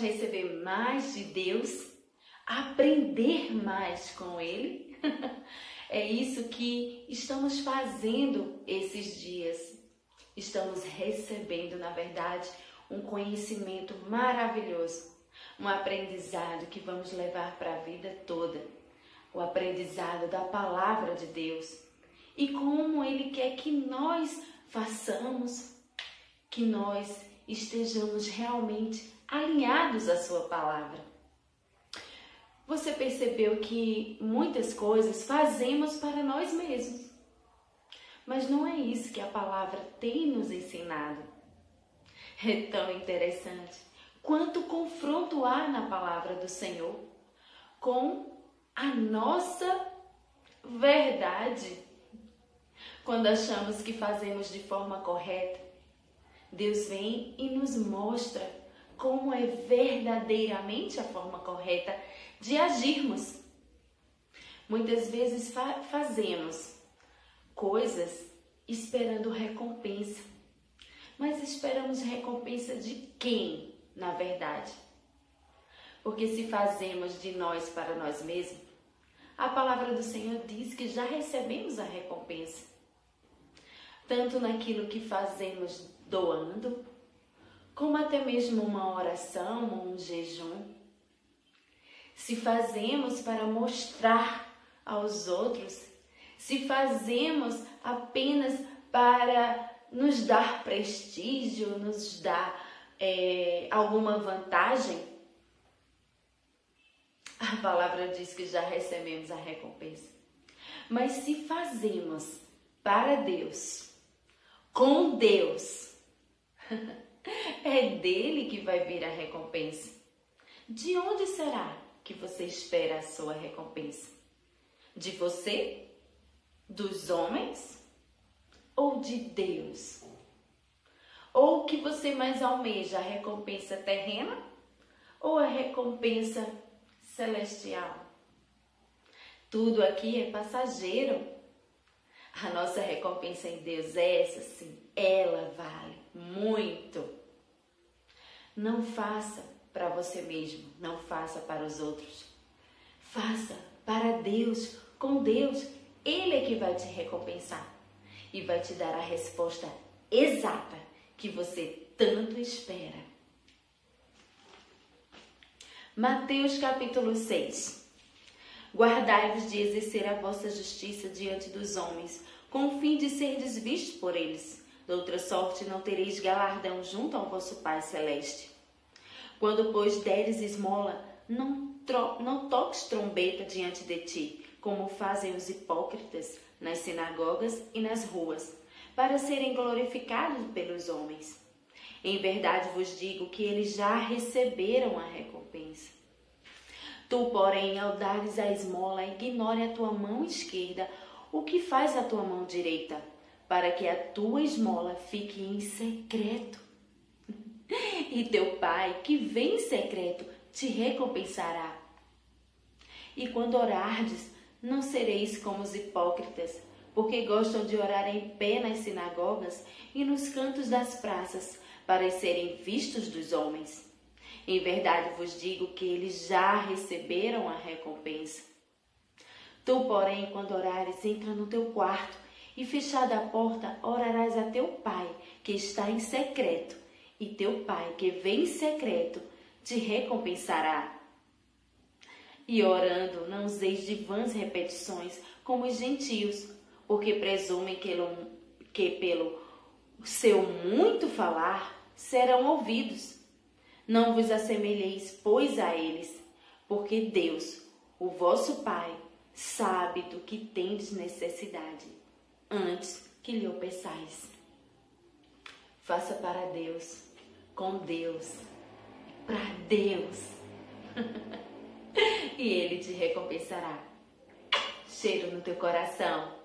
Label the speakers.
Speaker 1: receber mais de Deus, aprender mais com Ele. É isso que estamos fazendo esses dias. Estamos recebendo, na verdade, um conhecimento maravilhoso, um aprendizado que vamos levar para a vida toda. O aprendizado da palavra de Deus e como Ele quer que nós façamos, que nós estejamos realmente alinhados à sua palavra. Você percebeu que muitas coisas fazemos para nós mesmos, mas não é isso que a palavra tem nos ensinado. É tão interessante quanto confronto há na palavra do Senhor com a nossa verdade. Quando achamos que fazemos de forma correta, Deus vem e nos mostra como é verdadeiramente a forma correta de agirmos. Muitas vezes fazemos coisas esperando recompensa. Mas esperamos recompensa de quem, na verdade? Porque se fazemos de nós para nós mesmos, a palavra do Senhor diz que já recebemos a recompensa. Tanto naquilo que fazemos doando, como até mesmo uma oração ou um jejum. Se fazemos para mostrar aos outros, se fazemos apenas para nos dar prestígio, nos dar alguma vantagem, a palavra diz que já recebemos a recompensa. Mas se fazemos para Deus, com Deus, é dele que vai vir a recompensa. De onde será que você espera a sua recompensa? De você? Dos homens? Ou de Deus? Ou que você mais almeja a recompensa terrena ou a recompensa celestial? Tudo aqui é passageiro. A nossa recompensa em Deus é essa sim, ela vale muito. Não faça para você mesmo, não faça para os outros. Faça para Deus, com Deus. Ele é que vai te recompensar e vai te dar a resposta exata que você tanto espera. Mateus capítulo 6. Guardai-vos de exercer a vossa justiça diante dos homens, com o fim de serdes vistos por eles. De outra sorte não tereis galardão junto ao vosso Pai Celeste. Quando, pois, deres esmola, não toques trombeta diante de ti, como fazem os hipócritas nas sinagogas e nas ruas, para serem glorificados pelos homens. Em verdade vos digo que eles já receberam a recompensa. Tu, porém, ao dares a esmola, ignore a tua mão esquerda o que faz a tua mão direita, para que a tua esmola fique em secreto. E teu Pai, que vem em secreto, te recompensará. E quando orardes, não sereis como os hipócritas, porque gostam de orar em pé nas sinagogas e nos cantos das praças, para serem vistos dos homens. Em verdade vos digo que eles já receberam a recompensa. Tu, porém, quando orares, entra no teu quarto, e fechada a porta, orarás a teu Pai, que está em secreto, e teu Pai, que vem em secreto, te recompensará. E orando, não useis de vãs repetições, como os gentios, porque presumem que pelo seu muito falar serão ouvidos. Não vos assemelheis, pois, a eles, porque Deus, o vosso Pai, sabe do que tendes necessidade, antes que lhe o peçais. Faça para Deus, com Deus, para Deus. E Ele te recompensará. Cheiro no teu coração.